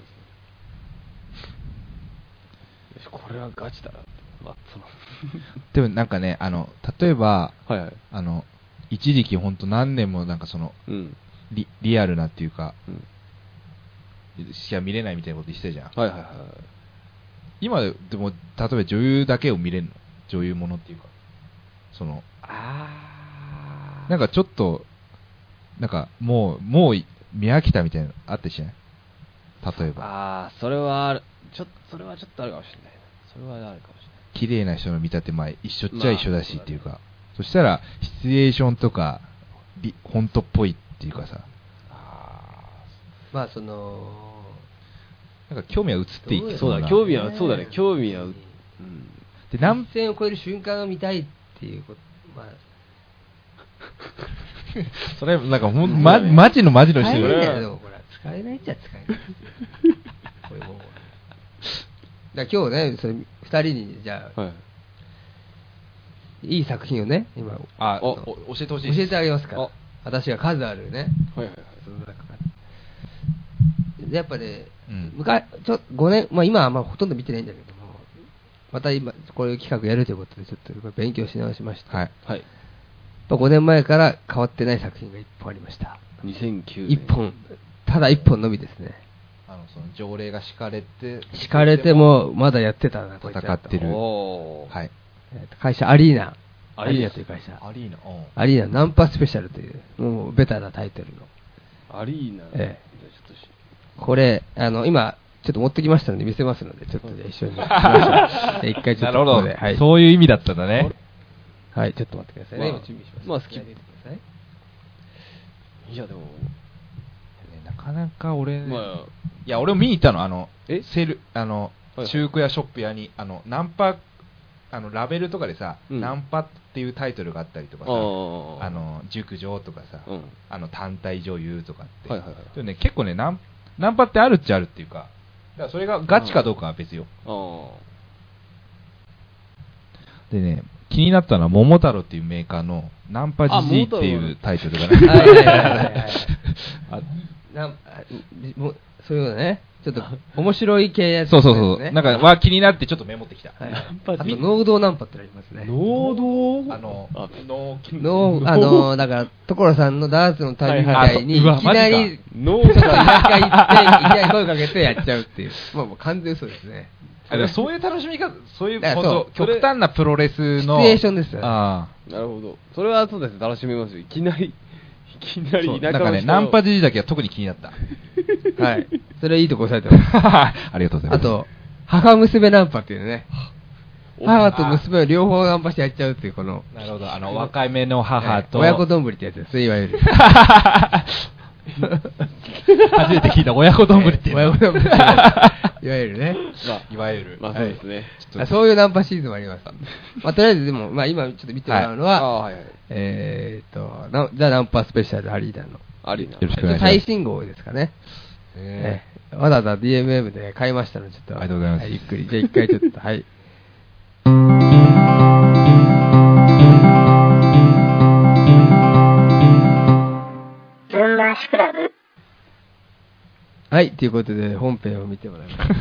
ですね。よし、これはガチだなって。まあ、そのでもなんかねあの例えばはいはい。 あの一時期本当何年もなんかそのうん。 リリアルなっていうかうん。 しか見れないみたいなこと言ってたじゃんはいはいはい。 今でも例えば女優だけを見れるの女優ものっていうかそのあなんかちょっとなんかもうもう見飽きたみたいなのあったりしない？例えばああそれはある、ちょっとそれはちょっとあるかもしれないな。それはあるかもしれない。 綺麗な人の見立て前一緒っちゃ一緒だしっていうか、まあ そ, そしたらシチュエーションとか本当っぽいっていうかさ、 あまあそのなんか興味は移っていってそうだ興味はそうだね興味は、うん、 で何線を超える瞬間が見たいっていうこと、まあそれなんかほん、ま、マジのマジの人使えないんだよ。でもこれ使えないっちゃ使えないこれもうだ今日ねそれふたりにじゃあ、はい、いい作品をね今あおお教えてほしい教えてあげますから私が数あるね、はいはいはい、その中からやっぱね、うん、昔ちょごねん、まあ、今はまあほとんど見てないんだけどもまた今こういう企画やるということでちょっと勉強し直しました、はいはい、ごねんまえから変わってない作品がいっぽんありました。 にせんきゅうねんいっぽんただいっぽんのみですね。 あのその条例が敷かれて敷かれてもまだやってたな戦ってる、 はい、会社アリーナアリーナという会社アリーナアリーナナンパスペシャルというもうベタなタイトルのアリーナ、 ええ、これあの今ちょっと持ってきましたので見せますのでちょっと一緒に一回ちょっとここで、はい、 そういう意味だったんだね。 はいちょっと待ってくださいね、 まあ、 準備します。 まあ好きいやでもなかなか俺、 まあ、 いや俺も見に行ったのあのえセルあの、はい、中古屋ショップ屋にあのナンパあのラベルとかでさ、うん、ナンパっていうタイトルがあったりとかさ、あの熟女とかさ、うん、あの単体女優とかって、はいはいはい、でもね結構ねナンナンパってあるっちゃあるっていうか、だからそれがガチかどうかは別よ。でね気になったのは桃太郎っていうメーカーのナンパジジイっていうタイトルがねそういうのねちょっと面白い系やつ、 ね、そうそうそうなんかは気になってちょっとメモってきた、はい、 あと農道ナンパってありますね。 農道あの農あのだから所さんのダーツの旅みたいに、はいはい、いきなり農家行っていきなり声かけてやっちゃうっていうまあもう完全嘘ですね。 あそういう楽しみ方、そういう本当極端なプロレスのシチュエーションですよね。 あなるほど。それはそうですね楽しめますよ。いきなりいきなり田舎の人なんかねナンパじじだけは特に気になった。 はい。それはいいとこ押さえてます。 ありがとうございます。 あと母娘ナンパっていうね。母と娘を両方ナンパしてやっちゃうっていうこの。 なるほど。あの若い目の母と、 はい、親子丼ってやつですいわゆる。 初めて聞いた親子丼っていう。 親子丼いわゆるね。 まあ、いわゆる。 まあそうですね。 はい、そういうナンパシーズンもあります。まあとりあえずでも、まあ今ちょっと見てもらうのは、はいはいはい、えーっと、ザ・ナンパスペシャルアリーナの。 アリーナ。よろしくお願いします。最新号ですかね。えー、わざわざ ディーエムエム で買いましたので、ちょっと。 ありがとうございます。 はい、ゆっくり。じゃあ一回ちょっと、はい。ズンバシクラブ。はい、ということで本編を見てもらいます。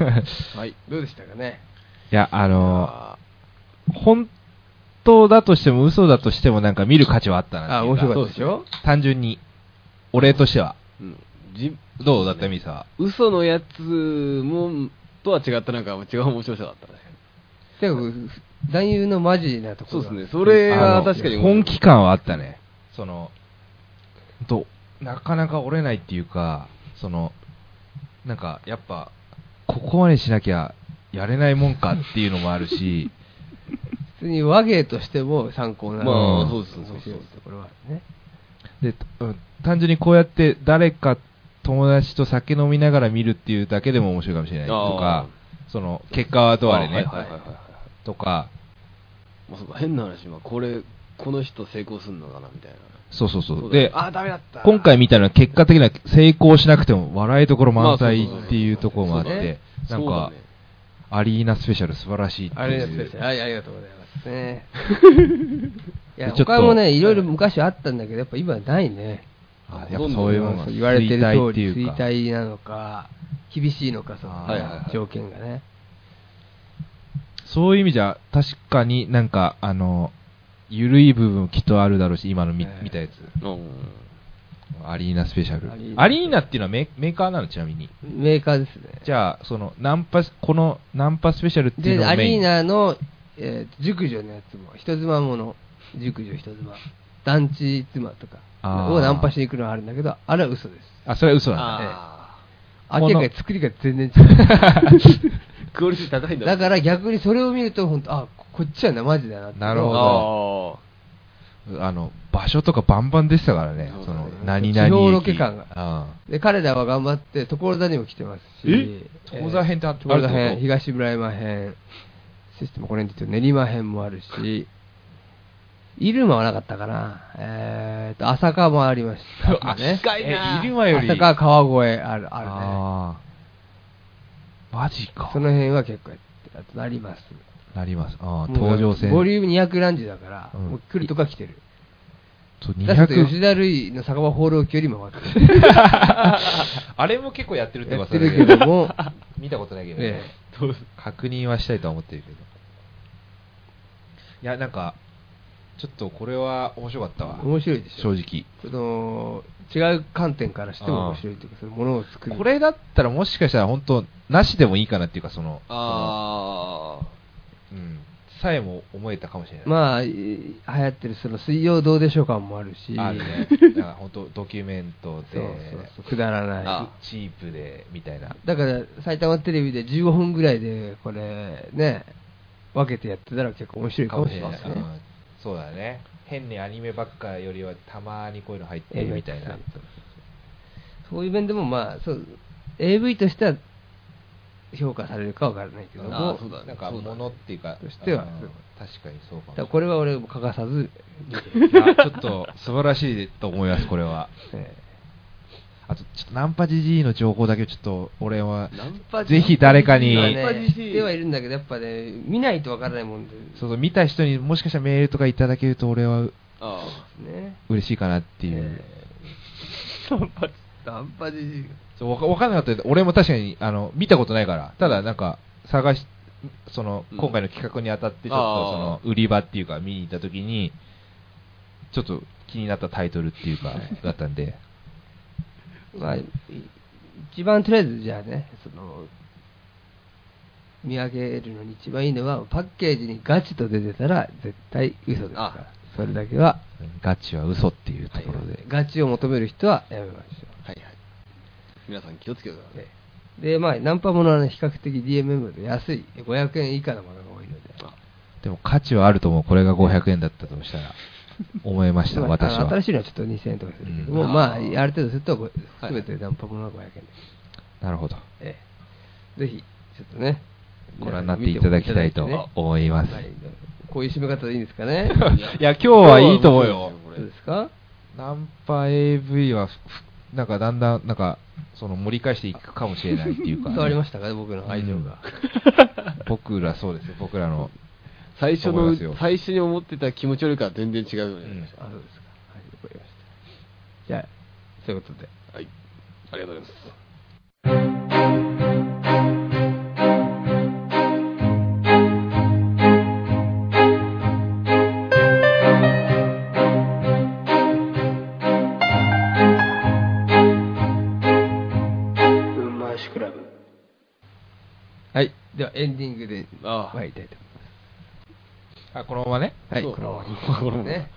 はい、どうでしたかね。 いや、あのー、本当だとしても嘘だとしてもなんか見る価値はあったなっていうか。 あ、面白かったでしょ。 単純に、お礼としては。うん、じどうだったミサは。 嘘のやつもとは違ったなんか違う面白さだったね。 でも男優のマジなところ。 そうですね。それは確かに本気感はあったね。そのとなかなか折れないっていうか、そのなんかやっぱここまでしなきゃやれないもんかっていうのもあるし普通に和芸としても参考なまあそうですそうですこれはね。 で、うん、単純にこうやって誰か友達と酒飲みながら見るっていうだけでも面白いかもしれないとか、その結果は問われねとか、 もう変な話はこれこの人成功するのかなみたいな。 そうそうそう。で、 あダメだった今回見たのは結果的な成功しなくても笑いどころ満載っていうところもあって、なんか、ね、アリーナスペシャル素晴らしいっていう。 アリーナスペシャル、はい、ありがとうございますね。いや他もねいろいろ昔あったんだけどやっぱ今はないね。 あやっぱそういうのが言われてる通り衰退なのか厳しいのかその条件がね。 そういう意味じゃ確かになんかあの緩い部分きっとあるだろうし今の 見,、えー、見たやつ、うん、アリーナスペシャルアリーナ、アリーナっていうのは メ, メーカーなのちなみにメーカーですね。 じゃあそのナンパこのナンパスペシャルっていうのをメインでアリーナの、えー、熟女のやつも人妻もの熟女人妻団地妻とかをナンパしに行くのはあるんだけど、あれは嘘です。 あ、それは嘘なんだ。 あ明らかに作りが全然違う。 クオリティ高いんだ。 だから逆にそれを見ると、本当あ、こっちはな、マジだなって。 なるほど。あの、場所とかバンバンでしたからね。その、何々駅。 地方ロケ感が。 あで、彼らは頑張って、所沢にも来てますし。 え所沢編ってあって所沢編、東村山編、システムこれに言って練馬編もあるし、入間はなかったかな。えーと、浅川もありました、ね。 近いな。 入間より。 浅川川越ある、あるね。 あマジか。 その辺は結構やってる。なります。 なります。あ東上線。 ボリュームにひゃく何時だから、 うん、 もう来るとか来てる。 にひゃくだって吉田類の酒場放浪記よりも待ってる。 あれも結構やってるって噂だけども、 見たことないけどね。 ええ、確認はしたいとは思ってるけど。いや、なんか、ちょっとこれは面白かったわ。 面白いでしょ。 正直。 その違う観点からしても面白いというか、そのものを作る。 これだったらもしかしたら本当なしでもいいかなっていうか、その、 ああ、 うん、さえも思えたかもしれない。 まあ流行ってるその水曜どうでしょう感もあるし、 あるね。だから本当ドキュメントで、 そうそうそうくだらない、 チープでみたいな。 だから埼玉テレビでじゅうごふんぐらいでこれね分けてやってたら結構面白いかもしれないですね。うん、 そうだね。変にアニメばっかよりはたまにこういうの入ってるみたいな。 そういう面でもまあそう エーブイ としては評価されるかわからないけども、 あそうだね、 なんかものっていうかとしては確かにそうかも。 だこれは俺も欠かさずあちょっと素晴らしいと思いますこれは。ええ、あとちょっとナンパジジイの情報だけちょっと俺はぜひ誰かにナンパジジイではいるんだけどやっぱね見ないとわからないもんで、 そうそう見た人にもしかしたらメールとかいただけると俺はあね嬉しいかなっていう。 ナンパナンパジジイそうわかわかんなかった。俺も確かにあの見たことないからただなんか探しその今回の企画にあたってちょっとその売り場っていうか見に行った時にちょっと気になったタイトルっていうかだったんで。 まあ、一番とりあえずじゃあねその見分けるのに一番いいのはパッケージにガチと出てたら絶対嘘ですからそれだけはガチは嘘っていうところで、はいはい、 ガチを求める人はやめましょう。 はいはい、皆さん気をつけてください。 でまあナンパものは、ね、比較的 ディーエムエム で安いごひゃくえん以下のものが多いのででも価値はあると思う。これがごひゃくえんだったとしたら思いました私は。 新しいのはちょっとにせんえんとかするけども、うん、まあある程度すると全てナンパものはごひゃくえんです、 はい、なるほど、 ええ、ぜひちょっとねご覧になっていただきたいと思います、はい、 こういう締め方でいいんですかね。 いや今日はいいと思うよ。 そうですか。 ナンパ エーブイ はなんかだんだんなんかその盛り返していくかもしれないっていうか、ね、 伝わりましたかね僕の愛情が、うん、 僕らそうですよ。僕らの最初の最初に思ってた気持ちよりかは全然違うよね、うん、 あそうですか。はいわかりました。じゃあそういうことではいありがとうございます。 はい、ではエンディングで参りたいと思います。 あ、このままね。 はい、このままね。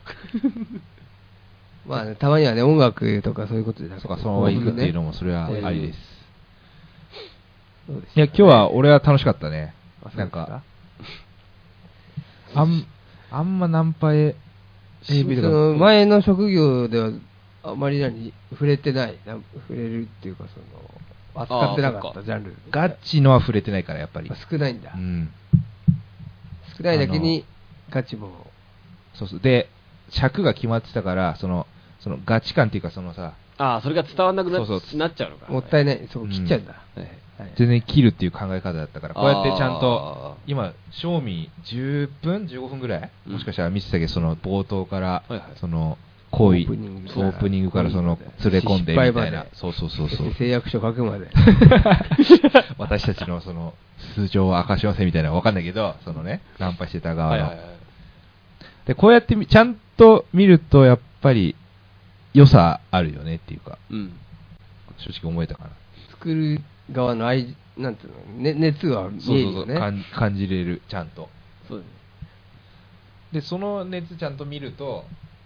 まあね、たまにはね、音楽とかそういうことでなんか、 そうか、そのまま行くっていうのもそれはありです。 えー、 いや、今日は俺は楽しかったね。なんか、あん、あんまナンパへ、 その前の職業ではあまり何触れてない、触れるっていうかその、扱ってなかったジャンル。 ガチのは触れてないからやっぱり少ないんだ、 うん、 少ないだけにガチもそうそうで尺が決まってたからそのそのガチ感っていうかそのさああそれが伝わらなく な, そうそうなっちゃうのかもったいないそう切っちゃうんだ、 うんはいはい、全然切るっていう考え方だったからこうやってちゃんと今正味じゅっぷんじゅうごふんぐらい、うん、もしかしたら見てたけどその冒頭から、はいはい、その行為オープニングからその連れ込んでみたいなそうそうそうそう誓約書書くまで私たちのその素性を明かしませんみたいなのわかんないけどそのねナンパしてた側の、はいはいはい、でこうやってちゃんと見るとやっぱり良さあるよねっていうか、うん、正直思えたかな。 作る側の愛なんていうの、ね、熱は見えるよね。そうそうそう感じれるちゃんと。 そうでその熱ちゃんと見ると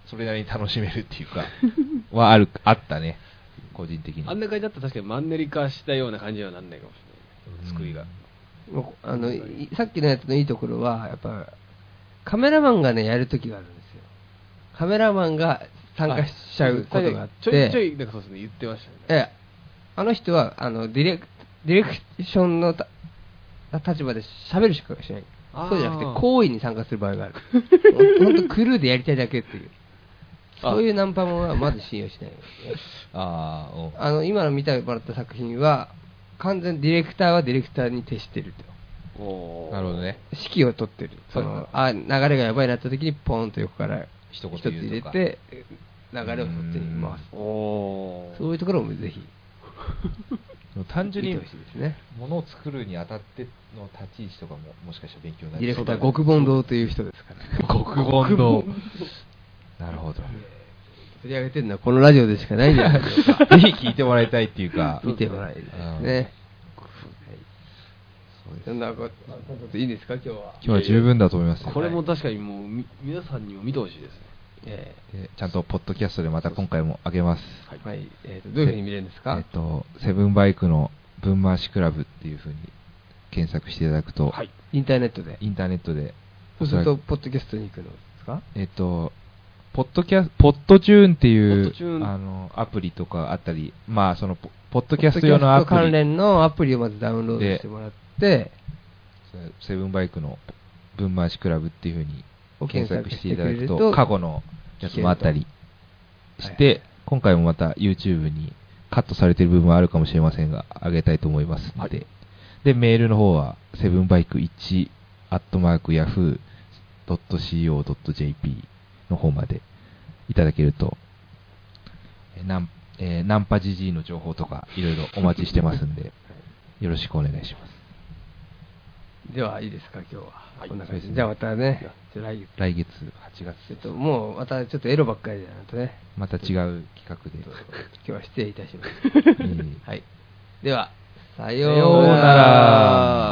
それなりに楽しめるっていうかはあるあったね、個人的に。 あんな感じだったら確かにマンネリ化したような感じにはなんないかもしれない、作りが。 もうあのいさっきのやつのいいところはやっぱカメラマンがねやるときがあるんですよ。カメラマンが参加しちゃうことがあって、 ちょいちょいなんかそうですね、言ってましたね。 ええ、あの人はあのディレクディレクションのた立場で喋るしかしない。そうじゃなくて行為に参加する場合がある。本当クルーでやりたいだけっていう。そういうナンパもンはまず信用しないよね。 ああの今の見てもらった作品は完全ディレクターはディレクターに徹してると。 おなるほどね。 指揮を取ってる。そのあ流れがやばいなった時にポーンと横から一言一つ入れて流れをそっちに回す。そういうところもぜひ。 単純に見てほしいですね。 物を作るにあたっての立ち位置とかももしかしたら勉強になる。 ディレクター極本堂という人ですから。 極本堂。なるほど。 取り上げてるのはこのラジオでしかないんじゃないでしょうか。 ぜひ聞いてもらいたいっていうか見てもらいたいですね。そんなこといいですか今日は。 今日は十分だと思いますよ。 これも確かにもうみ皆さんにも見てほしいですね。 えー、ちゃんとポッドキャストでまた今回も上げます。 はい。はい、えーと、どういうふうに見れるんですか。 えっとセブンバイクの分回しクラブっていうふうに検索していただくと、はい、 インターネットでインターネットでそうするとポッドキャストに行くのですか。 えっとポッドキャスポッドチューンっていうあのアプリとかあったり、まあそのポッドキャスト用のアプリ関連のアプリをまずダウンロードしてもらって、 セブンバイクの分回しクラブっていうふうに検索していただくと過去のやつもあったりして、はい、今回もまた YouTube にカットされている部分はあるかもしれませんが上げたいと思いますので、はい、でメールの方はセブンバイクいちアットマークヤフードットシーオードットジェーピー の方までいただけると、えーナンえー、ナンパジジイの情報とかいろいろお待ちしてますんでよろしくお願いします。 ではいいですか今日は、はい、こんな感じで。じゃあまたね来月来月はちがつちょっともうまたちょっとエロばっかりじゃないとね、 また違う企画で今日は失礼いたします、えー、はい、ではさようなら。